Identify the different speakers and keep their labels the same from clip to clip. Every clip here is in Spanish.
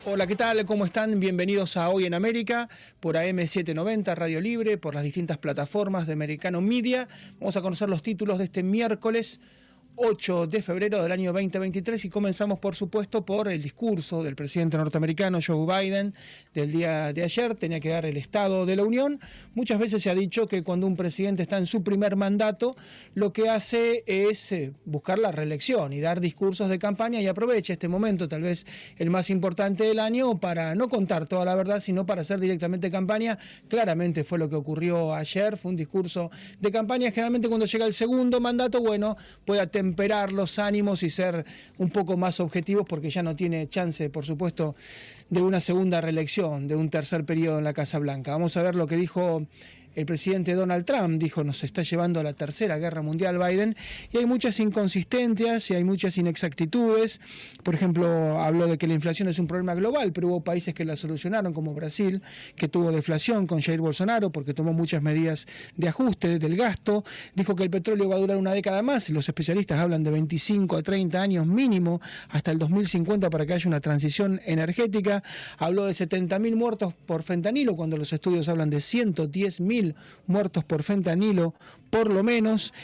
Speaker 1: Hola, ¿qué tal? ¿Cómo están? Bienvenidos a Hoy en América por AM790, Radio Libre, por las distintas plataformas de Americano Media. Vamos a conocer los títulos de este miércoles 8 de febrero del año 2023 y comenzamos, por supuesto, por el discurso del presidente norteamericano Joe Biden del día de ayer. Tenía que dar el Estado de la Unión. Muchas veces se ha dicho que cuando un presidente está en su primer mandato, lo que hace es buscar la reelección y dar discursos de campaña, y aprovecha este momento, tal vez el más importante del año, para no contar toda la verdad, sino para hacer directamente campaña. Claramente fue lo que ocurrió ayer, fue un discurso de campaña. Generalmente cuando llega el segundo mandato, bueno, puede temperar los ánimos y ser un poco más objetivos, porque ya no tiene chance, por supuesto, de una segunda reelección, de un tercer periodo en la Casa Blanca. Vamos a ver lo que dijo el presidente Donald Trump. Dijo: nos está llevando a la tercera guerra mundial Biden, y hay muchas inconsistencias y hay muchas inexactitudes. Por ejemplo, habló de que la inflación es un problema global, pero hubo países que la solucionaron, como Brasil, que tuvo deflación con Jair Bolsonaro porque tomó muchas medidas de ajuste del gasto. Dijo que el petróleo va a durar una década más, y los especialistas hablan de 25 a 30 años mínimo hasta el 2050 para que haya una transición energética. Habló de 70.000 muertos por fentanilo, cuando los estudios hablan de 110.000 muertos por fentanilo, por lo menos.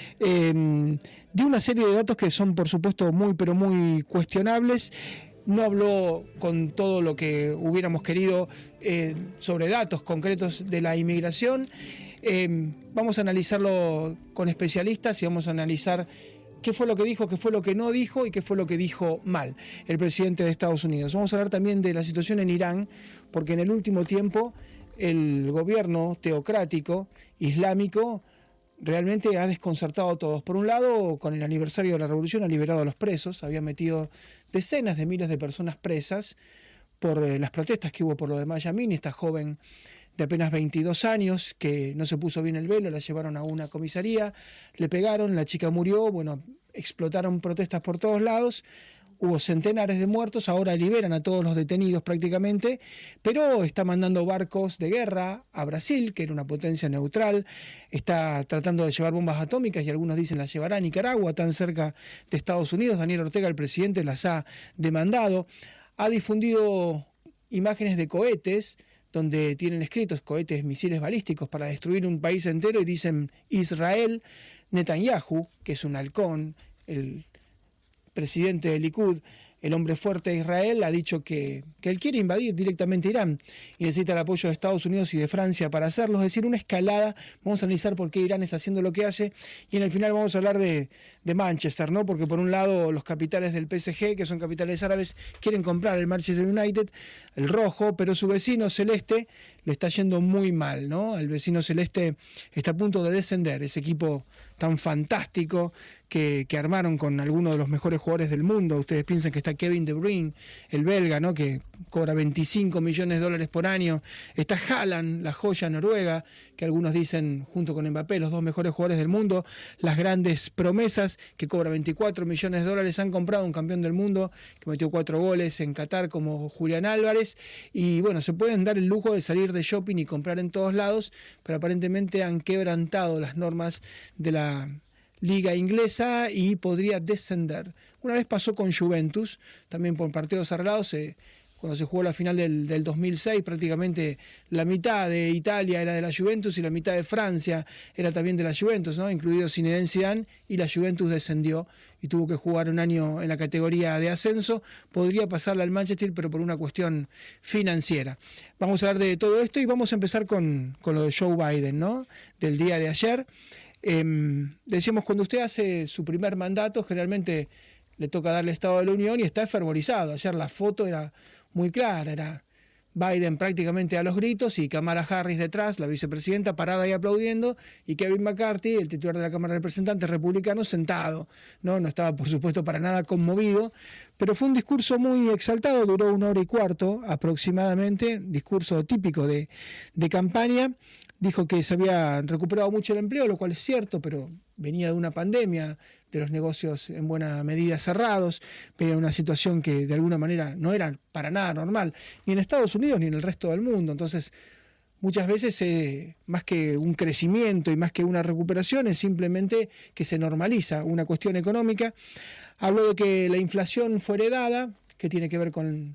Speaker 1: De una serie de datos que son, por supuesto, muy, pero muy cuestionables. No habló con todo lo que hubiéramos querido sobre datos concretos de la inmigración. Vamos a analizarlo con especialistas y vamos a analizar qué fue lo que dijo, qué fue lo que no dijo y qué fue lo que dijo mal el presidente de Estados Unidos. Vamos a hablar también de la situación en Irán, porque en el último tiempo el gobierno teocrático islámico realmente ha desconcertado a todos. Por un lado, con el aniversario de la revolución ha liberado a los presos, había metido decenas de miles de personas presas por las protestas que hubo por lo de Mahsa Amini, esta joven de apenas 22 años que no se puso bien el velo, la llevaron a una comisaría, le pegaron, la chica murió, bueno, explotaron protestas por todos lados. Hubo centenares de muertos, ahora liberan a todos los detenidos prácticamente, pero está mandando barcos de guerra a Brasil, que era una potencia neutral, está tratando de llevar bombas atómicas y algunos dicen las llevará a Nicaragua, tan cerca de Estados Unidos. Daniel Ortega, el presidente, las ha demandado. Ha difundido imágenes de cohetes donde tienen escritos cohetes, misiles balísticos para destruir un país entero, y dicen Israel. Netanyahu, que es un halcón, el presidente del Likud, el hombre fuerte de Israel, ha dicho que él quiere invadir directamente Irán y necesita el apoyo de Estados Unidos y de Francia para hacerlo, es decir, una escalada. Vamos a analizar por qué Irán está haciendo lo que hace, y en el final vamos a hablar de Manchester, ¿no? Porque por un lado los capitales del PSG, que son capitales árabes, quieren comprar el Manchester United, el rojo, pero su vecino celeste le está yendo muy mal, ¿no? El vecino celeste está a punto de descender, ese equipo tan fantástico que armaron con algunos de los mejores jugadores del mundo. Ustedes piensan que está Kevin De Bruyne, el belga, ¿no?, que cobra 25 millones de dólares por año. Está Haaland, la joya noruega, que algunos dicen, junto con Mbappé, los dos mejores jugadores del mundo. Las grandes promesas, que cobra 24 millones de dólares. Han comprado un campeón del mundo que metió 4 goles en Qatar, como Julián Álvarez. Y bueno, se pueden dar el lujo de salir de shopping y comprar en todos lados, pero aparentemente han quebrantado las normas de la liga inglesa y podría descender. Una vez pasó con Juventus, también por partidos arreglados. Cuando se jugó la final del 2006, prácticamente la mitad de Italia era de la Juventus y la mitad de Francia era también de la Juventus, ¿no?, incluido Zinedine Zidane, y la Juventus descendió y tuvo que jugar un año en la categoría de ascenso. Podría pasarla al Manchester, pero por una cuestión financiera. Vamos a hablar de todo esto y vamos a empezar con lo de Joe Biden, ¿no?, del día de ayer. Decíamos, cuando usted hace su primer mandato, generalmente le toca darle Estado de la Unión y está fervorizado. Ayer la foto era muy clara, era Biden prácticamente a los gritos y Kamala Harris detrás, la vicepresidenta, parada y aplaudiendo, y Kevin McCarthy, el titular de la Cámara de Representantes republicano, sentado. No estaba, por supuesto, para nada conmovido, pero fue un discurso muy exaltado, duró 1 hora y cuarto aproximadamente, discurso típico de campaña. Dijo que se había recuperado mucho el empleo, lo cual es cierto, pero venía de una pandemia, de los negocios en buena medida cerrados, pero una situación que de alguna manera no era para nada normal, ni en Estados Unidos ni en el resto del mundo. Entonces, muchas veces, más que un crecimiento y más que una recuperación, es simplemente que se normaliza una cuestión económica. Habló de que la inflación fue heredada, que tiene que ver con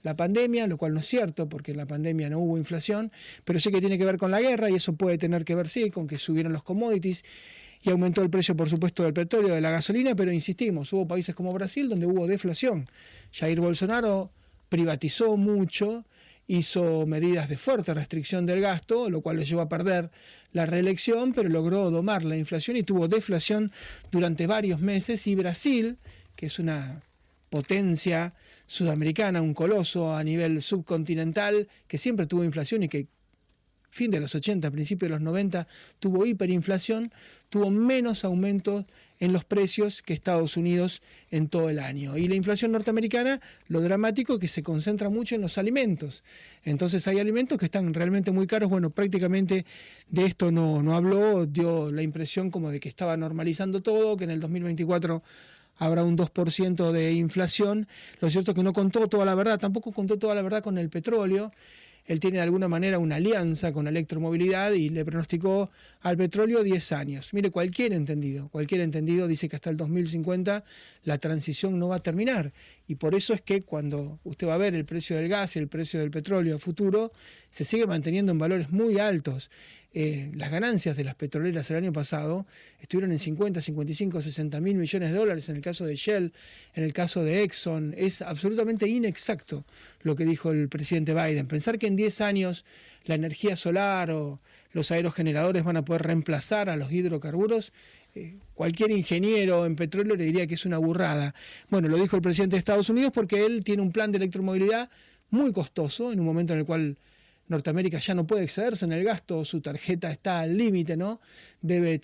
Speaker 1: la pandemia, lo cual no es cierto, porque en la pandemia no hubo inflación, pero sí que tiene que ver con la guerra, y eso puede tener que ver, sí, con que subieron los commodities y aumentó el precio, por supuesto, del petróleo, de la gasolina, pero insistimos, hubo países como Brasil donde hubo deflación. Jair Bolsonaro privatizó mucho, hizo medidas de fuerte restricción del gasto, lo cual le llevó a perder la reelección, pero logró domar la inflación y tuvo deflación durante varios meses. Y Brasil, que es una potencia sudamericana, un coloso a nivel subcontinental, que siempre tuvo inflación y que fin de los 80, principios de los 90, tuvo hiperinflación, tuvo menos aumentos en los precios que Estados Unidos en todo el año. Y la inflación norteamericana, lo dramático es que se concentra mucho en los alimentos. Entonces hay alimentos que están realmente muy caros. Bueno, prácticamente de esto no habló, dio la impresión como de que estaba normalizando todo, que en el 2024 habrá un 2% de inflación. Lo cierto es que no contó toda la verdad, tampoco contó toda la verdad con el petróleo. Él tiene de alguna manera una alianza con la electromovilidad y le pronosticó al petróleo 10 años. Mire, cualquier entendido dice que hasta el 2050 la transición no va a terminar. Y por eso es que cuando usted va a ver el precio del gas y el precio del petróleo a futuro, se sigue manteniendo en valores muy altos. Las ganancias de las petroleras el año pasado estuvieron en 50, 55, 60 mil millones de dólares en el caso de Shell, en el caso de Exxon. Es absolutamente inexacto lo que dijo el presidente Biden. Pensar que en 10 años la energía solar o los aerogeneradores van a poder reemplazar a los hidrocarburos, cualquier ingeniero en petróleo le diría que es una burrada. Bueno, lo dijo el presidente de Estados Unidos porque él tiene un plan de electromovilidad muy costoso en un momento en el cual Norteamérica ya no puede excederse en el gasto, su tarjeta está al límite, ¿no? Debe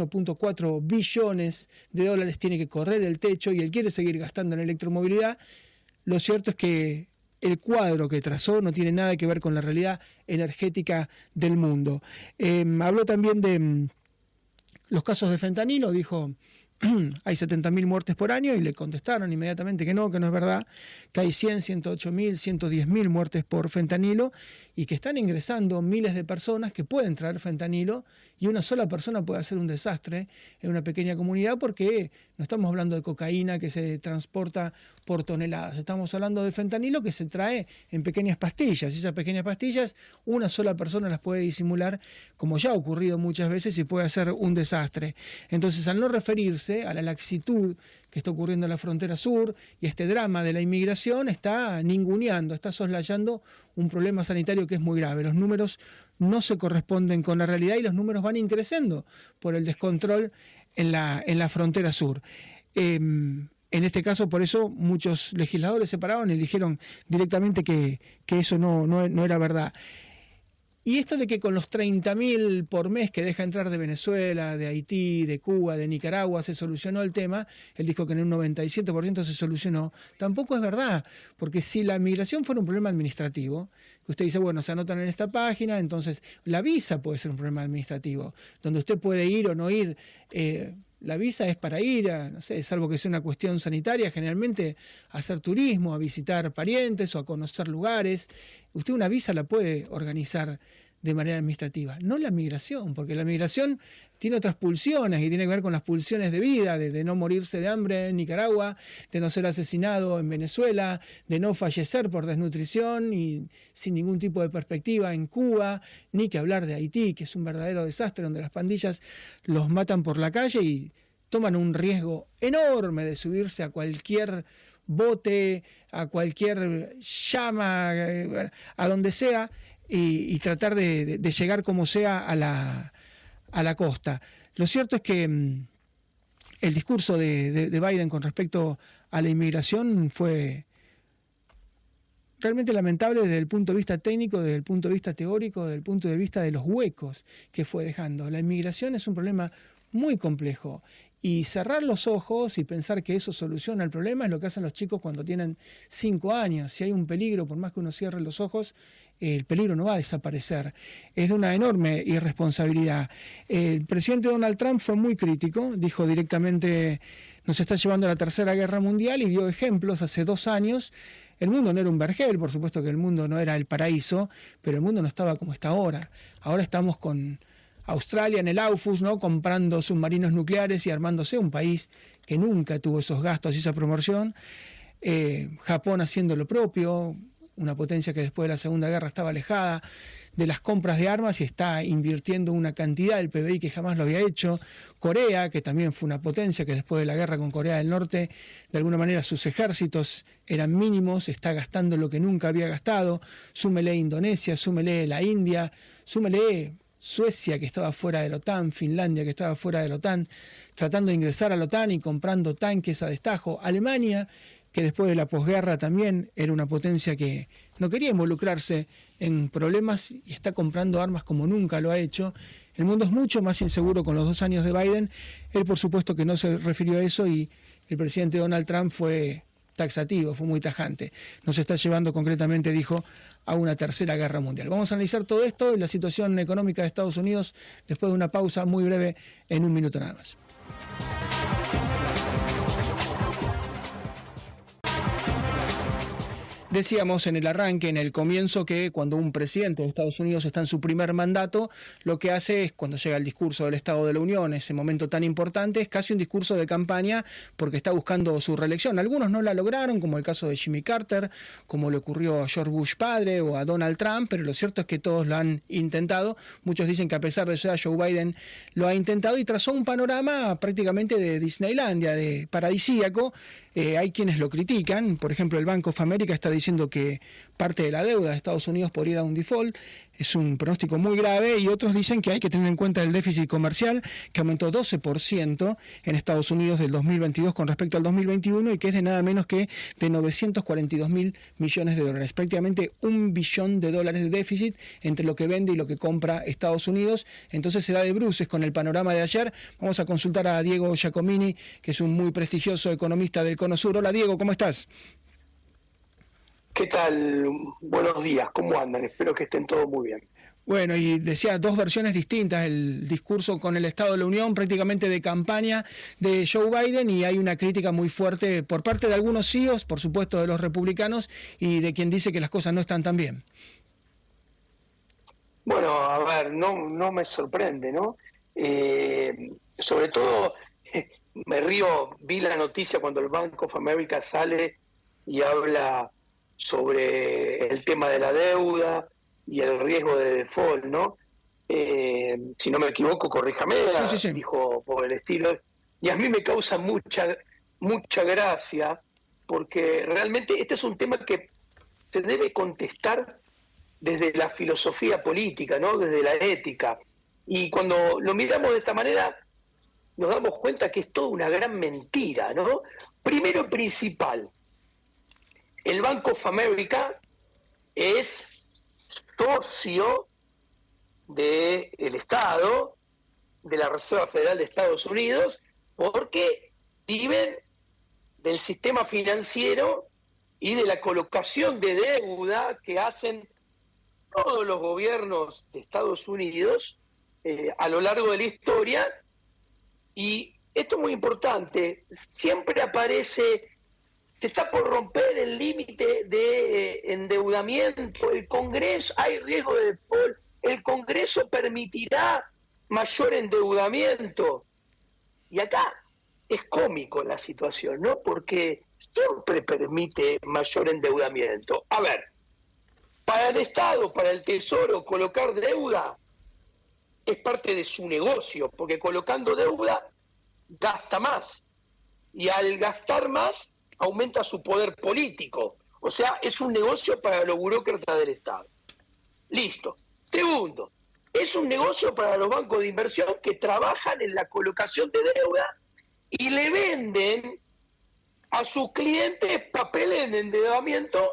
Speaker 1: 31.4 billones de dólares, tiene que correr el techo y él quiere seguir gastando en electromovilidad. Lo cierto es que el cuadro que trazó no tiene nada que ver con la realidad energética del mundo. Habló también de los casos de fentanilo, dijo hay 70.000 muertes por año y le contestaron inmediatamente que no es verdad, que hay 100, 108.000, 110.000 muertes por fentanilo y que están ingresando miles de personas que pueden traer fentanilo y una sola persona puede hacer un desastre en una pequeña comunidad porque no estamos hablando de cocaína que se transporta por toneladas, estamos hablando de fentanilo que se trae en pequeñas pastillas y esas pequeñas pastillas una sola persona las puede disimular como ya ha ocurrido muchas veces y puede hacer un desastre. Entonces al no referirse a la laxitud que está ocurriendo en la frontera sur y este drama de la inmigración está ninguneando, está soslayando un problema sanitario que es muy grave. Los números no se corresponden con la realidad y los números van increciendo por el descontrol en la frontera sur. En este caso, por eso, muchos legisladores se pararon y dijeron directamente que eso no era verdad. Y esto de que con los 30.000 por mes que deja entrar de Venezuela, de Haití, de Cuba, de Nicaragua, se solucionó el tema, él dijo que en un 97% se solucionó, tampoco es verdad, porque si la migración fuera un problema administrativo, que usted dice, bueno, se anotan en esta página, entonces la visa puede ser un problema administrativo, donde usted puede ir o no ir. La visa es para ir a, no sé, salvo que sea una cuestión sanitaria, generalmente a hacer turismo, a visitar parientes o a conocer lugares. Usted una visa la puede organizar de manera administrativa, no la migración, porque la migración tiene otras pulsiones y tiene que ver con las pulsiones de vida, de no morirse de hambre en Nicaragua, de no ser asesinado en Venezuela, de no fallecer por desnutrición y sin ningún tipo de perspectiva en Cuba, ni que hablar de Haití, que es un verdadero desastre donde las pandillas los matan por la calle y toman un riesgo enorme de subirse a cualquier bote, a cualquier llama, a donde sea, y tratar de llegar como sea a la costa. Lo cierto es que el discurso de Biden con respecto a la inmigración fue realmente lamentable desde el punto de vista técnico, desde el punto de vista teórico, desde el punto de vista de los huecos que fue dejando. La inmigración es un problema muy complejo y cerrar los ojos y pensar que eso soluciona el problema es lo que hacen los chicos cuando tienen 5 años. Si hay un peligro, por más que uno cierre los ojos, el peligro no va a desaparecer. Es de una enorme irresponsabilidad. El presidente Donald Trump fue muy crítico, dijo directamente, nos está llevando a la Tercera Guerra Mundial y dio ejemplos hace 2 años. El mundo no era un vergel, por supuesto que el mundo no era el paraíso, pero el mundo no estaba como está ahora. Ahora estamos con Australia en el AUKUS, ¿no?, comprando submarinos nucleares y armándose, un país que nunca tuvo esos gastos y esa promoción. Japón haciendo lo propio, una potencia que después de la Segunda Guerra estaba alejada de las compras de armas y está invirtiendo una cantidad del PBI que jamás lo había hecho. Corea, que también fue una potencia que después de la guerra con Corea del Norte, de alguna manera sus ejércitos eran mínimos, está gastando lo que nunca había gastado. Súmele Indonesia, súmele la India, súmele Suecia, que estaba fuera de la OTAN, Finlandia, que estaba fuera de la OTAN, tratando de ingresar a la OTAN y comprando tanques a destajo. Alemania, que después de la posguerra también era una potencia que no quería involucrarse en problemas y está comprando armas como nunca lo ha hecho. El mundo es mucho más inseguro con los 2 años de Biden. Él, por supuesto, que no se refirió a eso y el presidente Donald Trump fue taxativo, fue muy tajante. Nos está llevando concretamente, dijo, a una tercera guerra mundial. Vamos a analizar todo esto y la situación económica de Estados Unidos después de una pausa muy breve en 1 minuto nada más. Decíamos en el arranque, en el comienzo, que cuando un presidente de Estados Unidos está en su primer mandato, lo que hace es, cuando llega el discurso del Estado de la Unión, ese momento tan importante, es casi un discurso de campaña porque está buscando su reelección. Algunos no la lograron, como el caso de Jimmy Carter, como le ocurrió a George Bush padre o a Donald Trump, pero lo cierto es que todos lo han intentado. Muchos dicen que a pesar de eso, Joe Biden lo ha intentado y trazó un panorama prácticamente de Disneylandia, de paradisíaco. Hay quienes lo critican, por ejemplo el Bank of America está diciendo que parte de la deuda de Estados Unidos podría ir a un default, es un pronóstico muy grave, y otros dicen que hay que tener en cuenta el déficit comercial, que aumentó 12% en Estados Unidos del 2022 con respecto al 2021 y que es de nada menos que de 942.000 millones de dólares, prácticamente $1 billón de déficit entre lo que vende y lo que compra Estados Unidos. Entonces se da de bruces con el panorama de ayer. Vamos a consultar a Diego Giacomini, que es un muy prestigioso economista del Cono Sur. Hola Diego, ¿cómo estás?
Speaker 2: ¿Qué tal? Buenos días, ¿cómo andan? Espero que estén todos muy bien.
Speaker 1: Bueno, y decía 2 versiones distintas, el discurso con el Estado de la Unión, prácticamente de campaña de Joe Biden, y hay una crítica muy fuerte por parte de algunos CEOs, por supuesto de los republicanos, y de quien dice que las cosas no están tan bien.
Speaker 2: Bueno, a ver, no me sorprende, ¿no? Sobre todo, me río, vi la noticia cuando el Bank of America sale y habla sobre el tema de la deuda y el riesgo de default, ¿no? Si no me equivoco, corríjame,
Speaker 1: sí.
Speaker 2: Dijo por el estilo. Y a mí me causa mucha gracia, porque realmente este es un tema que se debe contestar desde la filosofía política, ¿no? Desde la ética. Y cuando lo miramos de esta manera, nos damos cuenta que es toda una gran mentira, ¿no? Primero y principal, el Bank of America es socio del Estado, de la Reserva Federal de Estados Unidos, porque viven del sistema financiero y de la colocación de deuda que hacen todos los gobiernos de Estados Unidos a lo largo de la historia. Y esto es muy importante, siempre aparece, se está por romper el límite de endeudamiento, el Congreso, hay riesgo de default, el Congreso permitirá mayor endeudamiento. Y acá es cómico la situación, ¿no? Porque siempre permite mayor endeudamiento. A ver, para el Estado, para el Tesoro, colocar deuda es parte de su negocio, porque colocando deuda gasta más. Y al gastar más, aumenta su poder político. O sea, es un negocio para los burócratas del Estado. Listo. Segundo, es un negocio para los bancos de inversión que trabajan en la colocación de deuda y le venden a sus clientes papeles de endeudamiento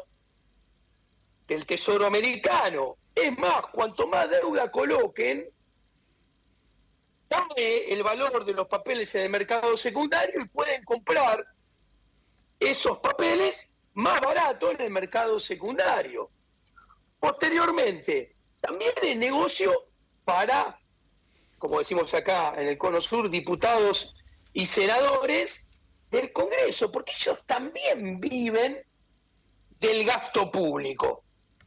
Speaker 2: del Tesoro americano. Es más, cuanto más deuda coloquen, cae el valor de los papeles en el mercado secundario y pueden comprar esos papeles más baratos en el mercado secundario. Posteriormente, también es negocio para, como decimos acá en el Cono Sur, diputados y senadores del Congreso, porque ellos también viven del gasto público.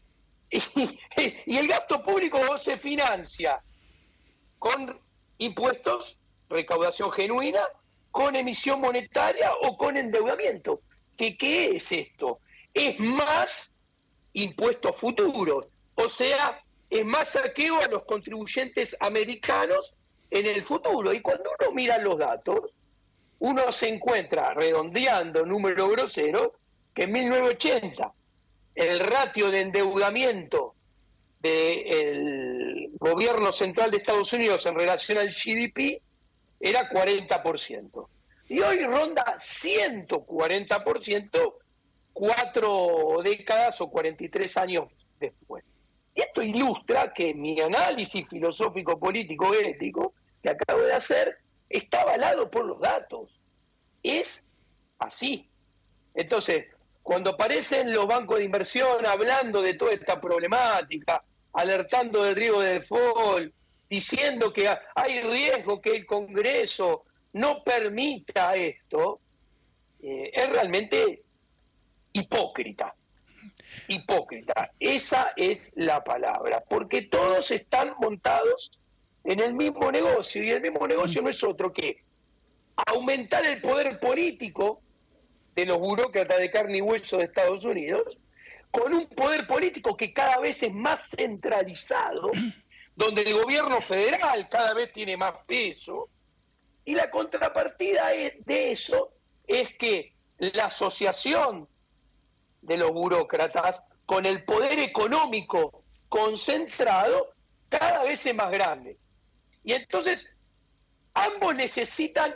Speaker 2: Y el gasto público se financia con impuestos, recaudación genuina, con emisión monetaria o con endeudamiento. ¿Qué es esto? Es más impuestos futuros. O sea, es más saqueo a los contribuyentes americanos en el futuro. Y cuando uno mira los datos, uno se encuentra, redondeando número grosero, que en 1980 el ratio de endeudamiento del gobierno central de Estados Unidos en relación al GDP era 40%. Y hoy ronda 140%, 4 décadas o 43 años después. Y esto ilustra que mi análisis filosófico, político, ético, que acabo de hacer, está avalado por los datos. Es así. Entonces, cuando aparecen los bancos de inversión hablando de toda esta problemática, alertando del riesgo de default, diciendo que hay riesgo que el Congreso no permita esto, es realmente hipócrita. Hipócrita, esa es la palabra, porque todos están montados en el mismo negocio, y el mismo negocio no es otro que aumentar el poder político de los burócratas de carne y hueso de Estados Unidos, con un poder político que cada vez es más centralizado, donde el gobierno federal cada vez tiene más peso, y la contrapartida de eso es que la asociación de los burócratas con el poder económico concentrado cada vez es más grande. Y entonces ambos necesitan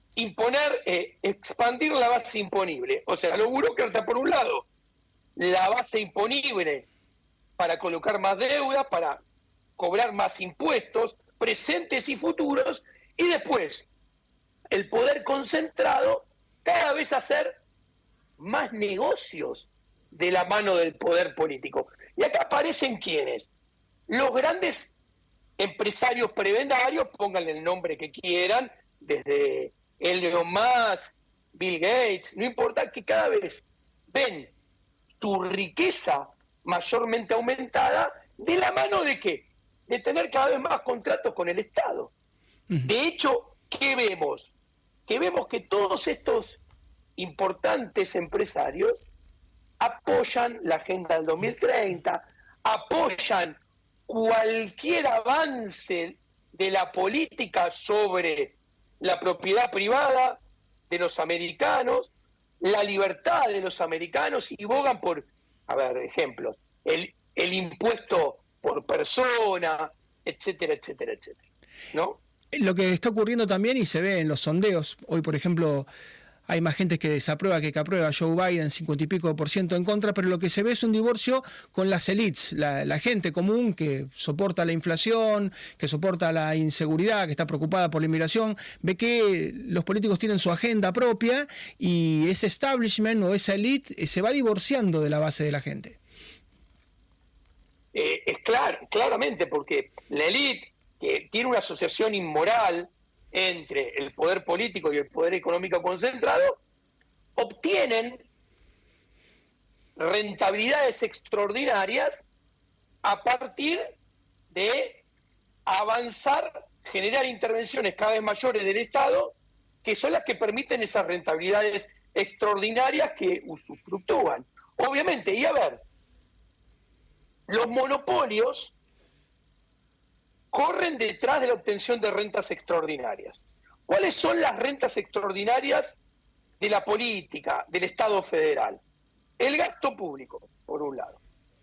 Speaker 2: expandir la base imponible. O sea, los burócratas, por un lado, la base imponible para colocar más deuda, para cobrar más impuestos, presentes y futuros, y después el poder concentrado cada vez hacer más negocios de la mano del poder político. Y acá aparecen ¿quiénes? Los grandes empresarios prebendarios, pónganle el nombre que quieran, desde Elon Musk, Bill Gates, no importa, que cada vez ven su riqueza mayormente aumentada de la mano de ¿qué? De tener cada vez más contratos con el Estado. De hecho, ¿qué vemos? Que vemos que todos estos importantes empresarios apoyan la Agenda del 2030, apoyan cualquier avance de la política sobre la propiedad privada de los americanos, la libertad de los americanos, y bogan por, ejemplos, el impuesto por persona, etcétera, etcétera, etcétera, ¿no?
Speaker 1: Lo que está ocurriendo también, y se ve en los sondeos, hoy por ejemplo hay más gente que desaprueba que aprueba. Joe Biden 50 y pico % en contra, pero lo que se ve es un divorcio con las élites, la gente común que soporta la inflación, que soporta la inseguridad, que está preocupada por la inmigración, ve que los políticos tienen su agenda propia y ese establishment o esa élite se va divorciando de la base de la gente.
Speaker 2: Es claramente, porque la élite, que tiene una asociación inmoral entre el poder político y el poder económico concentrado, obtienen rentabilidades extraordinarias a partir de avanzar, generar intervenciones cada vez mayores del Estado, que son las que permiten esas rentabilidades extraordinarias que usufructúan. Obviamente, y los monopolios corren detrás de la obtención de rentas extraordinarias. ¿Cuáles son las rentas extraordinarias de la política del Estado federal? El gasto público, por un lado.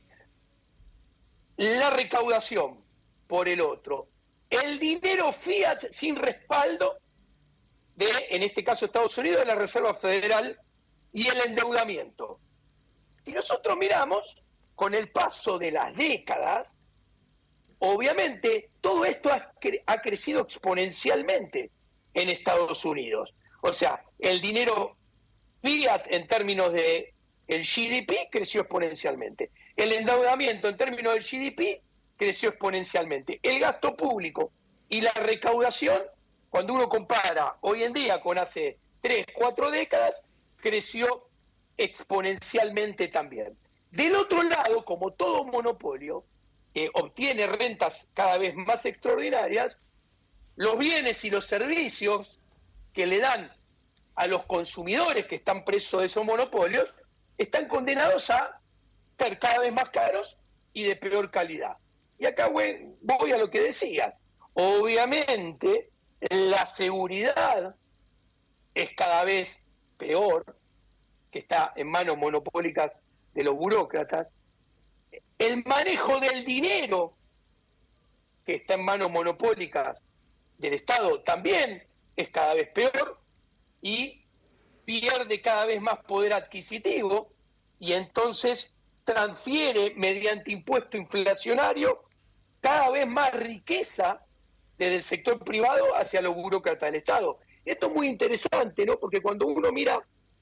Speaker 2: La recaudación, por el otro. El dinero fiat sin respaldo de, en este caso, Estados Unidos, de la Reserva Federal, y el endeudamiento. Si nosotros miramos, con el paso de las décadas, obviamente, todo esto ha crecido exponencialmente en Estados Unidos. O sea, el dinero fiat en términos de el GDP creció exponencialmente. El endeudamiento en términos del GDP creció exponencialmente. El gasto público y la recaudación, cuando uno compara hoy en día con hace 3, 4 décadas, creció exponencialmente también. Del otro lado, como todo monopolio, obtiene rentas cada vez más extraordinarias, los bienes y los servicios que le dan a los consumidores que están presos de esos monopolios están condenados a ser cada vez más caros y de peor calidad. Y acá voy a lo que decía. Obviamente, la seguridad es cada vez peor, que está en manos monopólicas de los burócratas. El manejo del dinero, que está en manos monopólicas del Estado, también es cada vez peor y pierde cada vez más poder adquisitivo y entonces transfiere mediante impuesto inflacionario cada vez más riqueza desde el sector privado hacia los burócratas del Estado. Esto es muy interesante, ¿no? Porque cuando uno mira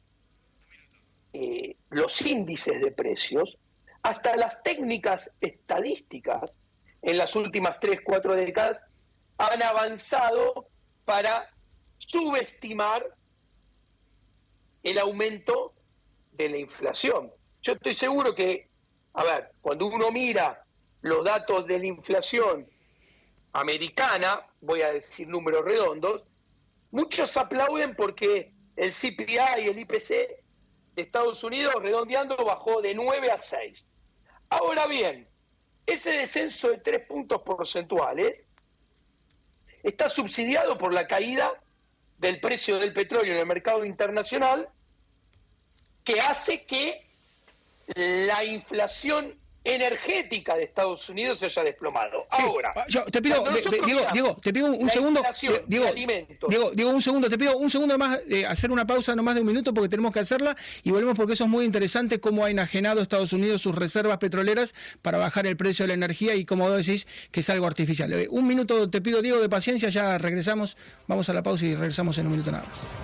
Speaker 2: los índices de precios, hasta las técnicas estadísticas en las últimas 3-4 décadas han avanzado para subestimar el aumento de la inflación. Yo estoy seguro que, a ver, cuando uno mira los datos de la inflación americana, voy a decir números redondos, muchos aplauden porque el CPI y el IPC de Estados Unidos, redondeando, bajó de 9 a 6. Ahora bien, ese descenso de 3 puntos porcentuales está subsidiado por la caída del precio del petróleo en el mercado internacional, que hace que la inflación energética de Estados Unidos se haya desplomado. Sí. Ahora,
Speaker 1: yo te pido, Diego, te pido un segundo. Diego, un segundo, te pido un segundo más, hacer una pausa no más de un minuto porque tenemos que hacerla y volvemos porque eso es muy interesante, cómo ha enajenado Estados Unidos sus reservas petroleras para bajar el precio de la energía y como vos decís que es algo artificial. Un minuto te pido, Diego, de paciencia, ya regresamos, vamos a la pausa y regresamos en un minuto nada más.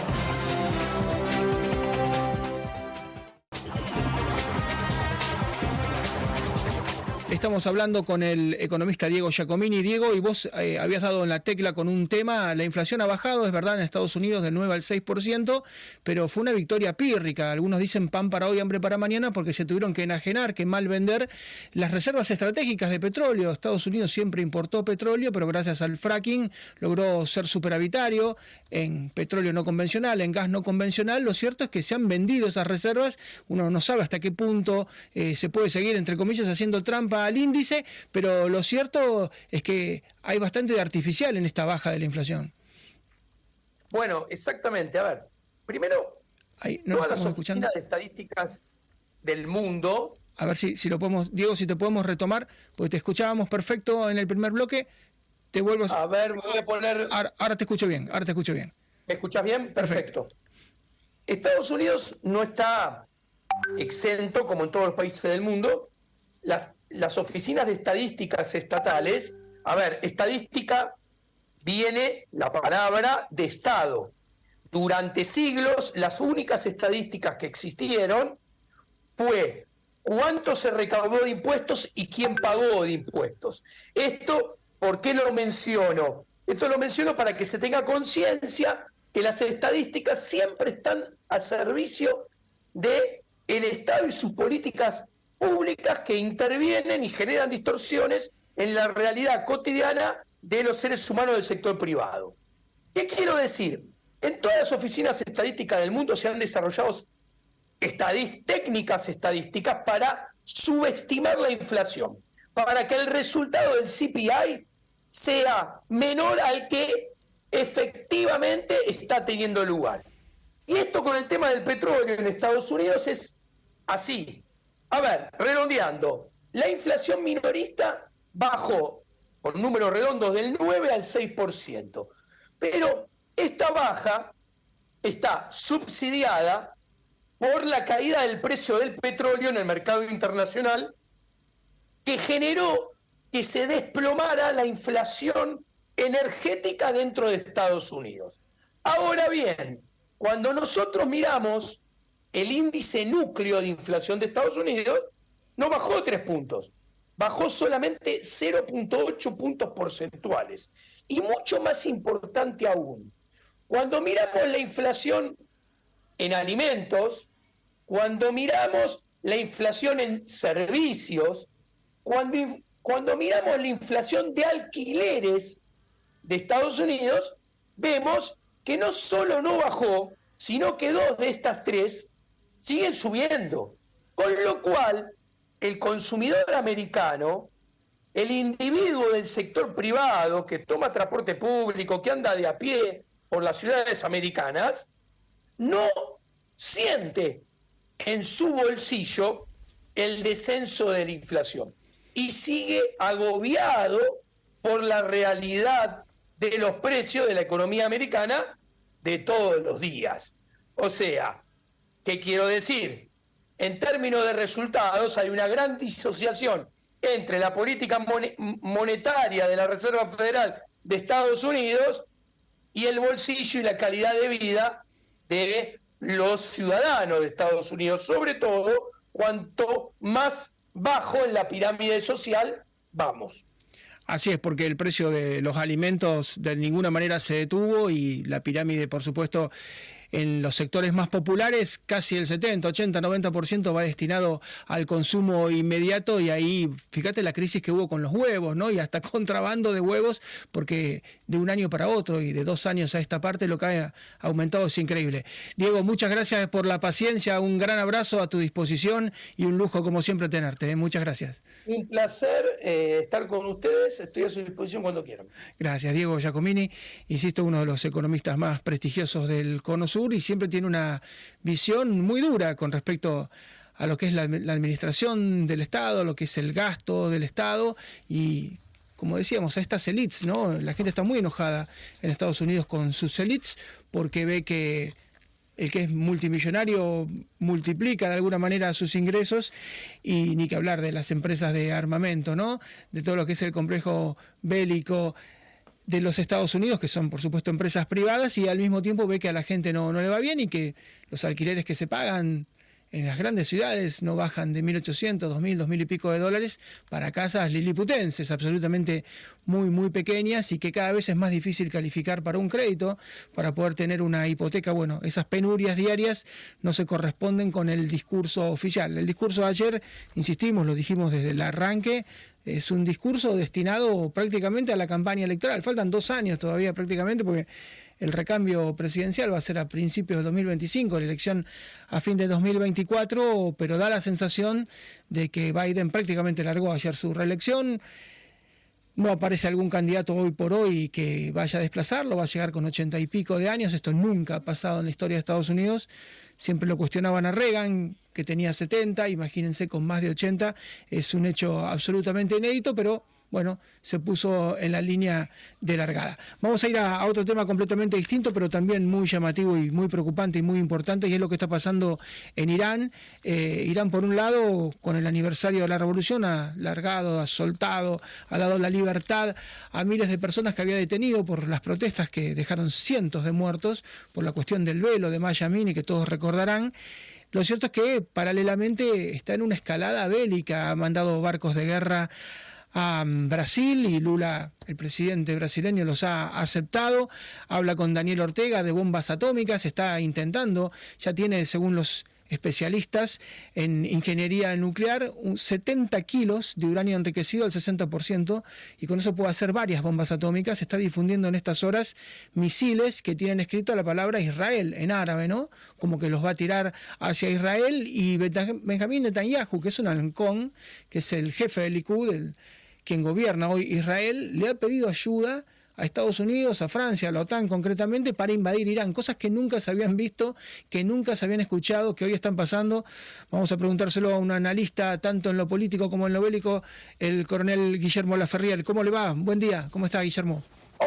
Speaker 1: Estamos hablando con el economista Diego Giacomini. Diego, y vos habías dado en la tecla con un tema, la inflación ha bajado, es verdad, en Estados Unidos del 9 al 6%, pero fue una victoria pírrica. Algunos dicen pan para hoy, hambre para mañana, porque se tuvieron que enajenar, que mal vender las reservas estratégicas de petróleo. Estados Unidos siempre importó petróleo, pero gracias al fracking logró ser superavitario en petróleo no convencional, en gas no convencional. Lo cierto es que se han vendido esas reservas. Uno no sabe hasta qué punto se puede seguir, entre comillas, haciendo trampa al índice, pero lo cierto es que hay bastante de artificial en esta baja de la inflación.
Speaker 3: Bueno, exactamente. A ver, primero, todas las oficinas de estadísticas del mundo...
Speaker 1: A ver si lo podemos, Diego, si te podemos retomar, porque te escuchábamos perfecto en el primer bloque. Te vuelvo
Speaker 3: a ver, voy a poner...
Speaker 1: Ahora te escucho bien,
Speaker 3: ¿Me escuchas bien? Perfecto. Estados Unidos no está exento, como en todos los países del mundo. Las oficinas de estadísticas estatales, a ver, estadística viene la palabra de Estado. Durante siglos, las únicas estadísticas que existieron fue cuánto se recaudó de impuestos y quién pagó de impuestos. Esto, ¿por qué lo menciono? Esto lo menciono para que se tenga conciencia que las estadísticas siempre están al servicio del Estado y sus políticas públicas que intervienen y generan distorsiones en la realidad cotidiana de los seres humanos del sector privado. ¿Qué quiero decir? En todas las oficinas estadísticas del mundo se han desarrollado técnicas estadísticas para subestimar la inflación, para que el resultado del CPI sea menor al que efectivamente está teniendo lugar. Y esto con el tema del petróleo en Estados Unidos es así. A ver, redondeando, la inflación minorista bajó, por números redondos, del 9 al 6%. Pero esta baja está subsidiada por la caída del precio del petróleo en el mercado internacional, que generó que se desplomara la inflación energética dentro de Estados Unidos. Ahora bien, cuando nosotros miramos el índice núcleo de inflación de Estados Unidos, no bajó 3 puntos, bajó solamente 0.8 puntos porcentuales. Y mucho más importante aún, cuando miramos la inflación en alimentos, cuando miramos la inflación en servicios, cuando miramos la inflación de alquileres de Estados Unidos, vemos que no solo no bajó, sino que 2 de estas 3 siguen subiendo. Con lo cual, el consumidor americano, el individuo del sector privado que toma transporte público, que anda de a pie por las ciudades americanas, no siente en su bolsillo el descenso de la inflación y sigue agobiado por la realidad de los precios de la economía americana de todos los días. O sea, ¿qué quiero decir? En términos de resultados hay una gran disociación entre la política monetaria de la Reserva Federal de Estados Unidos y el bolsillo y la calidad de vida de los ciudadanos de Estados Unidos, sobre todo cuanto más bajo en la pirámide social vamos.
Speaker 1: Así es, porque el precio de los alimentos de ninguna manera se detuvo y la pirámide, por supuesto, en los sectores más populares, casi el 70, 80, 90% va destinado al consumo inmediato y ahí, fíjate la crisis que hubo con los huevos, ¿no? Y hasta contrabando de huevos, porque de un año para otro y de 2 años a esta parte lo que ha aumentado es increíble. Diego, muchas gracias por la paciencia, un gran abrazo a tu disposición y un lujo como siempre tenerte, ¿eh? Muchas gracias.
Speaker 3: Un placer estar con ustedes, estoy a su disposición cuando quieran.
Speaker 1: Gracias, Diego Giacomini, insisto, uno de los economistas más prestigiosos del Cono Sur y siempre tiene una visión muy dura con respecto a lo que es la administración del Estado, lo que es el gasto del Estado y, como decíamos, a estas élites, ¿no? La gente está muy enojada en Estados Unidos con sus élites porque ve que el que es multimillonario multiplica de alguna manera sus ingresos y ni que hablar de las empresas de armamento, ¿no? De todo lo que es el complejo bélico de los Estados Unidos, que son por supuesto empresas privadas, y al mismo tiempo ve que a la gente no le va bien y que los alquileres que se pagan en las grandes ciudades no bajan de 1.800, 2.000, 2.000 y pico de dólares para casas liliputenses, absolutamente muy, muy pequeñas y que cada vez es más difícil calificar para un crédito, para poder tener una hipoteca. Bueno, esas penurias diarias no se corresponden con el discurso oficial. El discurso de ayer, insistimos, lo dijimos desde el arranque, es un discurso destinado prácticamente a la campaña electoral. Faltan 2 años todavía prácticamente porque el recambio presidencial va a ser a principios de 2025, la elección a fin de 2024, pero da la sensación de que Biden prácticamente largó ayer su reelección. No aparece algún candidato hoy por hoy que vaya a desplazarlo, va a llegar con 80 y pico de años, esto nunca ha pasado en la historia de Estados Unidos. Siempre lo cuestionaban a Reagan, que tenía 70, imagínense con más de 80, es un hecho absolutamente inédito, pero bueno, se puso en la línea de largada. Vamos a ir a otro tema completamente distinto, pero también muy llamativo y muy preocupante y muy importante, y es lo que está pasando en Irán. Irán, por un lado, con el aniversario de la revolución, ha largado, ha soltado, ha dado la libertad a miles de personas que había detenido por las protestas que dejaron cientos de muertos por la cuestión del velo de Mahsa Amini, que todos recordarán. Lo cierto es que, paralelamente, está en una escalada bélica, ha mandado barcos de guerra a Brasil y Lula, el presidente brasileño, los ha aceptado. Habla con Daniel Ortega de bombas atómicas, está intentando, ya tiene, según los especialistas en ingeniería nuclear, 70 kilos de uranio enriquecido al 60%, y con eso puede hacer varias bombas atómicas. Está difundiendo en estas horas misiles que tienen escrito la palabra Israel en árabe, ¿no? Como que los va a tirar hacia Israel, y Benjamín Netanyahu, que es un halcón, que es el jefe del Likud, quien gobierna hoy Israel, le ha pedido ayuda a Estados Unidos, a Francia, a la OTAN concretamente, para invadir Irán, cosas que nunca se habían visto, que nunca se habían escuchado, que hoy están pasando. Vamos a preguntárselo a un analista, tanto en lo político como en lo bélico, el coronel Guillermo Laferriel. ¿Cómo le va? Buen día, ¿cómo está, Guillermo?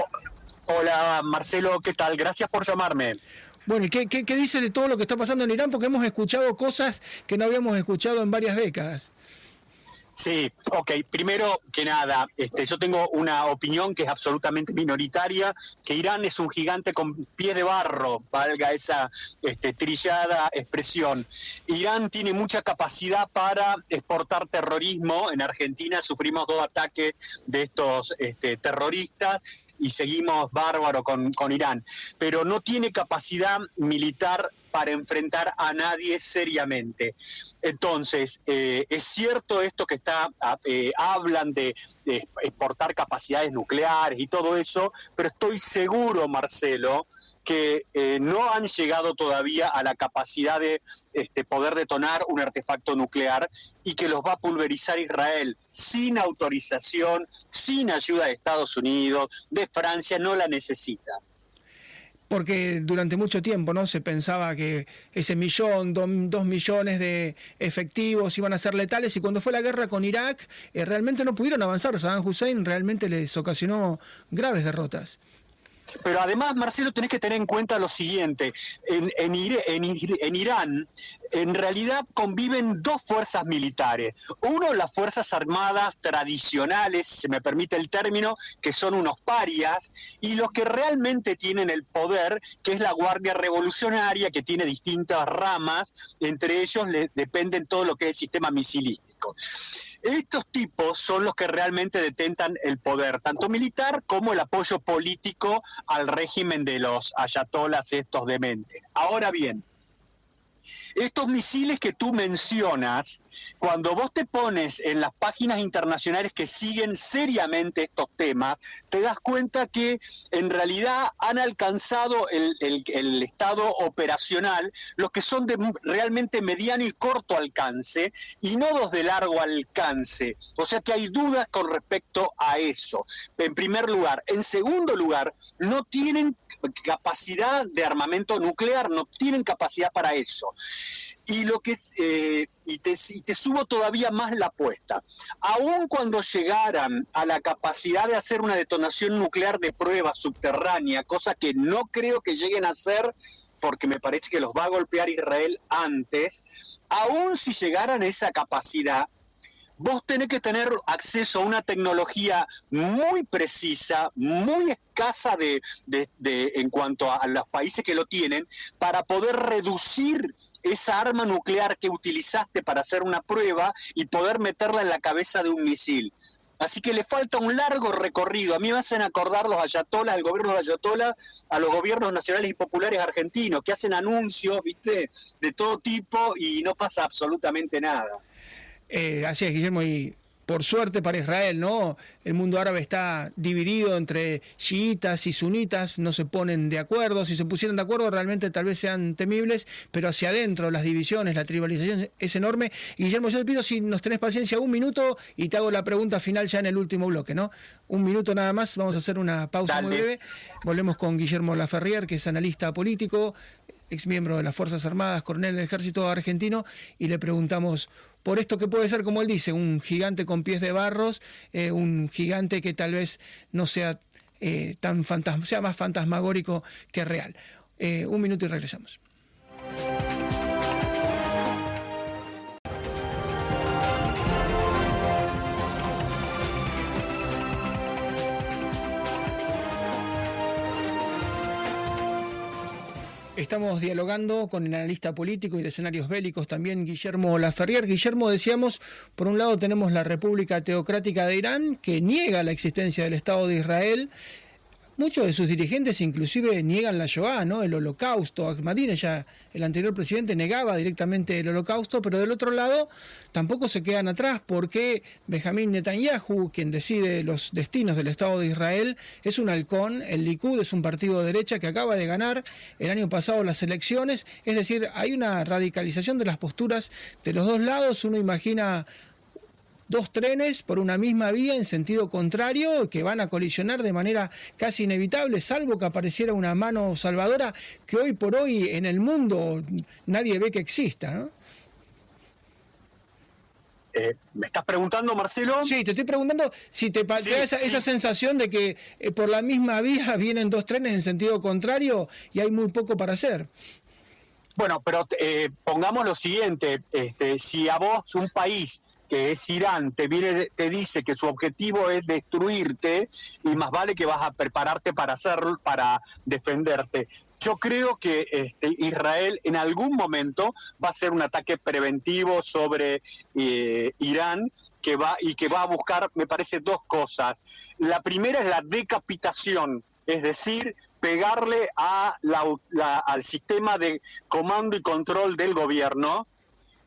Speaker 4: Hola, Marcelo, ¿qué tal? Gracias por llamarme.
Speaker 1: Bueno, ¿y qué dice de todo lo que está pasando en Irán? Porque hemos escuchado cosas que no habíamos escuchado en varias décadas.
Speaker 4: Sí, ok. Primero que nada, yo tengo una opinión que es absolutamente minoritaria, que Irán es un gigante con pies de barro, valga esa trillada expresión. Irán tiene mucha capacidad para exportar terrorismo. En Argentina sufrimos 2 ataques de estos terroristas y seguimos bárbaro con Irán, pero no tiene capacidad militar para enfrentar a nadie seriamente. Entonces, es cierto esto que hablan de exportar capacidades nucleares y todo eso, pero estoy seguro, Marcelo, que no han llegado todavía a la capacidad de poder detonar un artefacto nuclear y que los va a pulverizar Israel sin autorización, sin ayuda de Estados Unidos, de Francia, no la necesita.
Speaker 1: Porque durante mucho tiempo, ¿no?, se pensaba que ese 2 millones de efectivos iban a ser letales, y cuando fue la guerra con Irak, realmente no pudieron avanzar. Saddam Hussein realmente les ocasionó graves derrotas.
Speaker 4: Pero además, Marcelo, tenés que tener en cuenta lo siguiente. En Irán, en realidad conviven dos fuerzas militares. Uno, las fuerzas armadas tradicionales, se me permite el término, que son unos parias, y los que realmente tienen el poder, que es la Guardia Revolucionaria, que tiene distintas ramas, entre ellos dependen todo lo que es el sistema misilístico. Estos tipos son los que realmente detentan el poder, tanto militar como el apoyo político al régimen de los ayatolas estos dementes. Ahora bien, estos misiles que tú mencionas, cuando vos te pones en las páginas internacionales que siguen seriamente estos temas, te das cuenta que en realidad han alcanzado el estado operacional los que son de realmente mediano y corto alcance y no los de largo alcance. O sea que hay dudas con respecto a eso, en primer lugar. En segundo lugar, no tienen capacidad de armamento nuclear, no tienen capacidad para eso. Y te subo todavía más la apuesta. Aun cuando llegaran a la capacidad de hacer una detonación nuclear de prueba subterránea, cosa que no creo que lleguen a hacer, porque me parece que los va a golpear Israel antes, aun si llegaran a esa capacidad, vos tenés que tener acceso a una tecnología muy precisa, muy escasa en cuanto a los países que lo tienen, para poder reducir esa arma nuclear que utilizaste para hacer una prueba y poder meterla en la cabeza de un misil. Así que le falta un largo recorrido. A mí me hacen acordar los ayatolas, el gobierno de ayatola, a los gobiernos nacionales y populares argentinos, que hacen anuncios, ¿viste?, de todo tipo y no pasa absolutamente nada.
Speaker 1: Así es, Guillermo, y por suerte para Israel, ¿no? El mundo árabe está dividido entre chiitas y sunitas, no se ponen de acuerdo. Si se pusieran de acuerdo, realmente tal vez sean temibles, pero hacia adentro las divisiones, la tribalización es enorme. Y Guillermo, yo te pido, si nos tenés paciencia, 1 minuto y te hago la pregunta final ya en el último bloque, ¿no? 1 minuto nada más, vamos a hacer una pausa muy breve. Volvemos con Guillermo Laferrière, que es analista político, ex miembro de las Fuerzas Armadas, coronel del Ejército Argentino, y le preguntamos por esto que puede ser, como él dice, un gigante con pies de barros, un gigante que tal vez no sea sea más fantasmagórico que real. 1 minuto y regresamos. Estamos dialogando con el analista político y de escenarios bélicos también, Guillermo Laferrière. Guillermo, decíamos, por un lado tenemos la República Teocrática de Irán, que niega la existencia del Estado de Israel. Muchos de sus dirigentes inclusive niegan la Shoah, ¿no?, el holocausto. Ahmadinejad, el anterior presidente, negaba directamente el holocausto, pero del otro lado tampoco se quedan atrás, porque Benjamín Netanyahu, quien decide los destinos del Estado de Israel, es un halcón. El Likud es un partido de derecha que acaba de ganar el año pasado las elecciones. Es decir, hay una radicalización de las posturas de los dos lados. Uno imagina 2 trenes por una misma vía en sentido contrario que van a colisionar de manera casi inevitable, salvo que apareciera una mano salvadora que hoy por hoy en el mundo nadie ve que exista, ¿no?
Speaker 4: ¿Me estás preguntando, Marcelo?
Speaker 1: Sí, te estoy preguntando si te da esa sensación de que por la misma vía vienen 2 trenes en sentido contrario y hay muy poco para hacer.
Speaker 4: Bueno, pero pongamos lo siguiente, si a vos un país que es Irán te dice que su objetivo es destruirte, y más vale que vas a prepararte para hacerlo, para defenderte. Yo creo que Israel en algún momento va a hacer un ataque preventivo sobre Irán que va a buscar, me parece, 2 cosas. La primera es la decapitación, es decir, pegarle al sistema de comando y control del gobierno.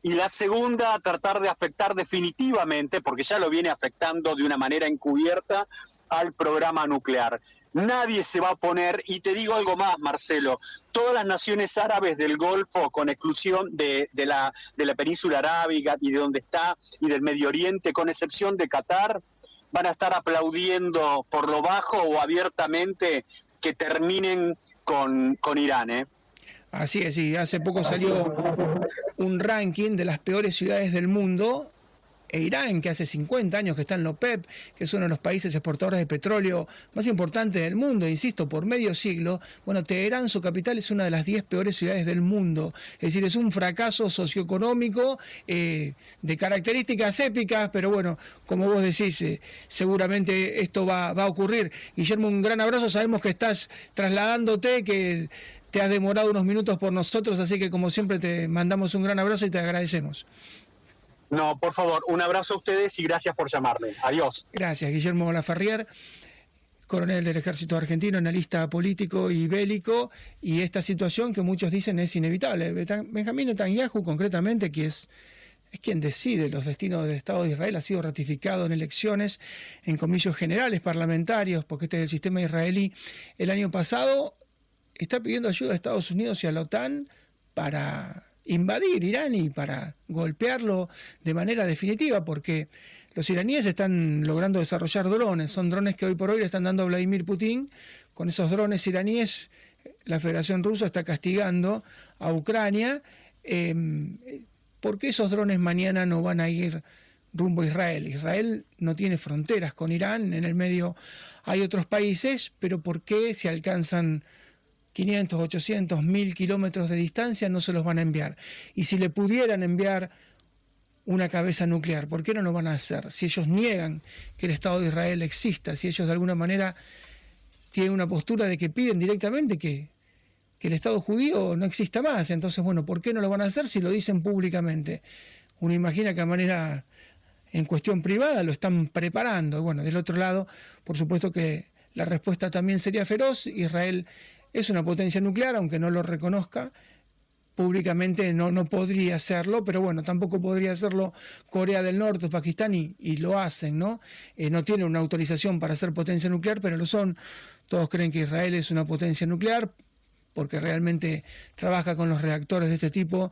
Speaker 4: y la segunda, tratar de afectar definitivamente, porque ya lo viene afectando de una manera encubierta, al programa nuclear. Nadie se va a oponer, y te digo algo más, Marcelo, todas las naciones árabes del Golfo, con exclusión de la península arábiga y de donde está, y del Medio Oriente, con excepción de Qatar, van a estar aplaudiendo por lo bajo o abiertamente que terminen con Irán, ¿eh?
Speaker 1: Así es, sí. Hace poco salió un ranking de las peores ciudades del mundo, e Irán, que hace 50 años que está en la OPEP, que es uno de los países exportadores de petróleo más importantes del mundo, insisto, por medio siglo. Bueno, Teherán, su capital, es una de las 10 peores ciudades del mundo. Es decir, es un fracaso socioeconómico de características épicas, pero bueno, como vos decís, seguramente esto va a ocurrir. Guillermo, un gran abrazo. Sabemos que estás trasladándote, que te has demorado unos minutos por nosotros, así que como siempre te mandamos un gran abrazo y te agradecemos.
Speaker 4: No, por favor, un abrazo a ustedes y gracias por llamarme. Adiós.
Speaker 1: Gracias, Guillermo Laferrier, coronel del Ejército Argentino, analista político y bélico, y esta situación que muchos dicen es inevitable. Benjamín Netanyahu, concretamente, que es quien decide los destinos del Estado de Israel, ha sido ratificado en elecciones, en comicios generales parlamentarios, porque este es el sistema israelí, el año pasado. Está pidiendo ayuda a Estados Unidos y a la OTAN para invadir Irán y para golpearlo de manera definitiva, porque los iraníes están logrando desarrollar drones, son drones que hoy por hoy le están dando a Vladimir Putin. Con esos drones iraníes, la Federación Rusa está castigando a Ucrania, porque esos drones mañana no van a ir rumbo a Israel. Israel no tiene fronteras con Irán, en el medio hay otros países, pero ¿por qué si alcanzan 500, 800, 1000 kilómetros de distancia no se los van a enviar? Y si le pudieran enviar una cabeza nuclear, ¿por qué no lo van a hacer? Si ellos niegan que el Estado de Israel exista, si ellos de alguna manera tienen una postura de que piden directamente que el Estado judío no exista más, entonces, bueno, ¿por qué no lo van a hacer si lo dicen públicamente? Uno imagina que a manera, en cuestión privada, lo están preparando. Y bueno, del otro lado, por supuesto que la respuesta también sería feroz. Israel es una potencia nuclear, aunque no lo reconozca públicamente, no podría hacerlo, pero bueno, tampoco podría hacerlo Corea del Norte o Pakistán, y lo hacen, ¿no? No tienen una autorización para ser potencia nuclear, pero lo son. Todos creen que Israel es una potencia nuclear porque realmente trabaja con los reactores de este tipo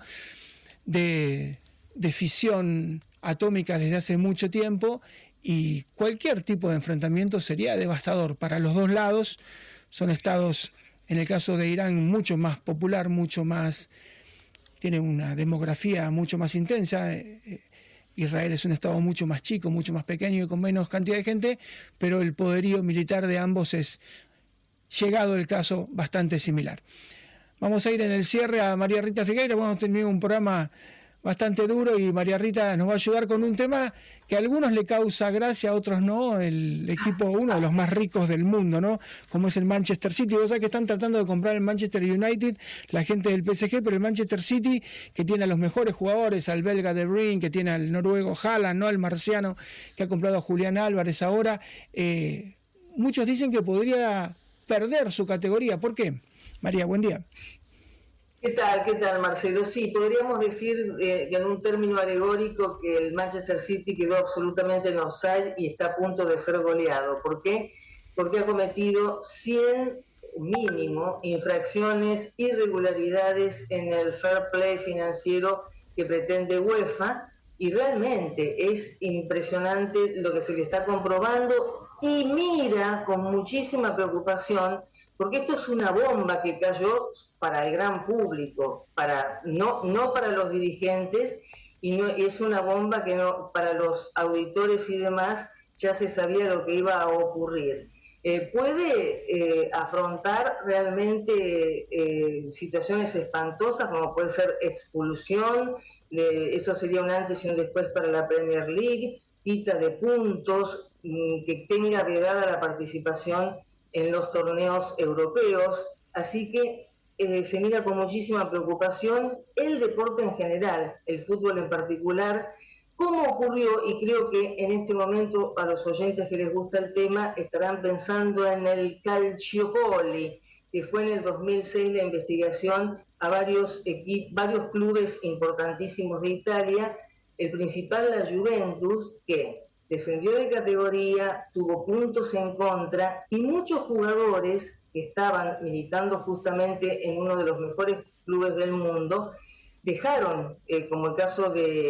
Speaker 1: de fisión atómica desde hace mucho tiempo, y cualquier tipo de enfrentamiento sería devastador para los dos lados. Son estados, en el caso de Irán, mucho más popular, mucho más, tiene una demografía mucho más intensa. Israel es un estado mucho más chico, mucho más pequeño y con menos cantidad de gente, pero el poderío militar de ambos es, llegado el caso, bastante similar. Vamos a ir en el cierre a María Rita Figueira. Hemos tenido un programa bastante duro y María Rita nos va a ayudar con un tema que a algunos le causa gracia, a otros no. El equipo, uno de los más ricos del mundo, ¿no? Como es el Manchester City. Vos sabés que están tratando de comprar el Manchester United, la gente del PSG, pero el Manchester City, que tiene a los mejores jugadores, al belga De Bruyne, que tiene al noruego Haaland, ¿no? Al marciano, que ha comprado a Julián Álvarez ahora. Muchos dicen que podría perder su categoría. ¿Por qué? María, buen día.
Speaker 5: ¿Qué tal, Marcelo? Sí, podríamos decir en un término alegórico que el Manchester City quedó absolutamente en offside y está a punto de ser goleado. ¿Por qué? Porque ha cometido 100 mínimo infracciones, irregularidades en el fair play financiero que pretende UEFA, y realmente es impresionante lo que se le está comprobando, y mira con muchísima preocupación, porque esto es una bomba que cayó para el gran público, no para los dirigentes, y es una bomba que no, para los auditores y demás ya se sabía lo que iba a ocurrir. Puede afrontar realmente situaciones espantosas, como puede ser expulsión, eso sería un antes y un después para la Premier League, quita de puntos, que tenga vedada la participación en los torneos europeos, así que se mira con muchísima preocupación el deporte en general, el fútbol en particular. ¿Cómo ocurrió? Y creo que en este momento a los oyentes que les gusta el tema estarán pensando en el Calciopoli, que fue en el 2006 la investigación a varios clubes importantísimos de Italia, el principal la Juventus, que descendió de categoría, tuvo puntos en contra y muchos jugadores que estaban militando justamente en uno de los mejores clubes del mundo dejaron, como el caso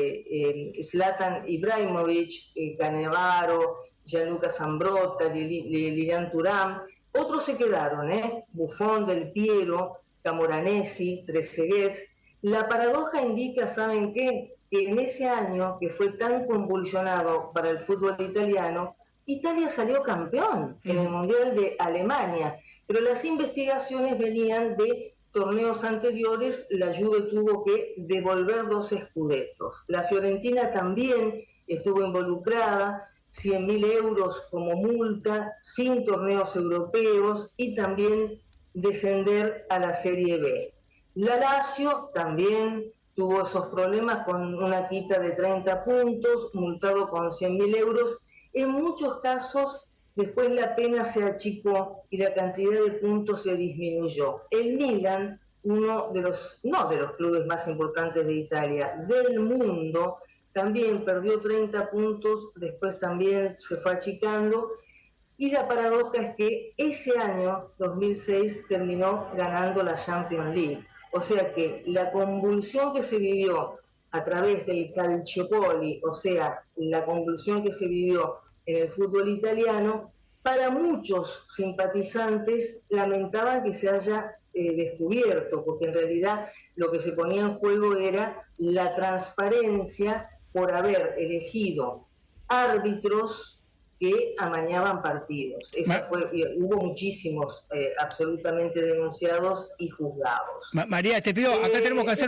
Speaker 5: de Zlatan Ibrahimovic, Cannavaro, Gianluca Zambrotta, Lilian Thuram. Otros se quedaron, Buffon, Del Piero, Camoranesi, Trezeguet. La paradoja indica, ¿saben qué? Que en ese año que fue tan convulsionado para el fútbol italiano, Italia salió campeón en el Mundial de Alemania, pero las investigaciones venían de torneos anteriores. La Juve tuvo que devolver 2 scudettos. La Fiorentina también estuvo involucrada, 100.000 euros como multa, sin torneos europeos y también descender a la Serie B. La Lazio también tuvo esos problemas con una quita de 30 puntos, multado con 100.000 euros. En muchos casos, después la pena se achicó y la cantidad de puntos se disminuyó. El Milan, uno de los, no de los clubes más importantes de Italia, del mundo, también perdió 30 puntos, después también se fue achicando. Y la paradoja es que ese año, 2006, terminó ganando la Champions League. O sea que la convulsión que se vivió a través del Calciopoli, o sea, la convulsión que se vivió en el fútbol italiano, para muchos simpatizantes lamentaban que se haya descubierto, porque en realidad lo que se ponía en juego era la transparencia por haber elegido árbitros que amañaban partidos. Hubo muchísimos absolutamente denunciados y juzgados.
Speaker 1: María, te pido, acá tenemos que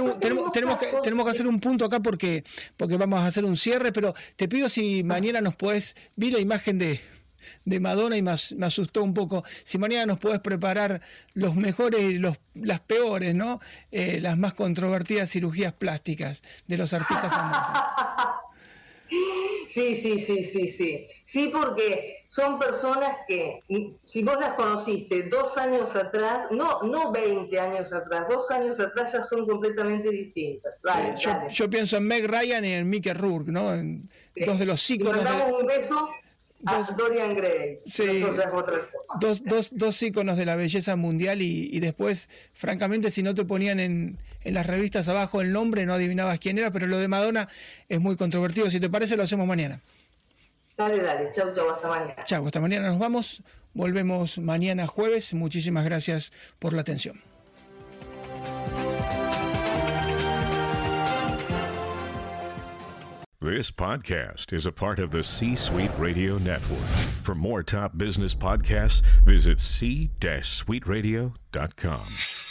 Speaker 1: hacer un punto acá porque vamos a hacer un cierre, pero te pido si mañana nos podés, vi la imagen de Madonna y me asustó un poco, si mañana nos podés preparar los mejores y las peores, ¿no? Las más controvertidas cirugías plásticas de los artistas famosos.
Speaker 5: Sí, porque son personas que, si vos las conociste 2 años atrás, no 20 años atrás, 2 años atrás ya son completamente distintas. Dale.
Speaker 1: Yo pienso en Meg Ryan y en Mickey Rourke, ¿no? Dos de los íconos.
Speaker 5: Le mandamos un beso a Dorian Gray.
Speaker 1: Sí, dos íconos de la belleza mundial y después, francamente, si no te ponían en las revistas abajo el nombre, no adivinabas quién era, pero lo de Madonna es muy controvertido. Si te parece, lo hacemos mañana.
Speaker 5: Dale, chau, hasta mañana.
Speaker 1: Chau, hasta mañana nos vamos. Volvemos mañana jueves. Muchísimas gracias por la atención.
Speaker 6: This podcast is a part of the C-Suite Radio Network. For more top business podcasts, visit c-suiteradio.com.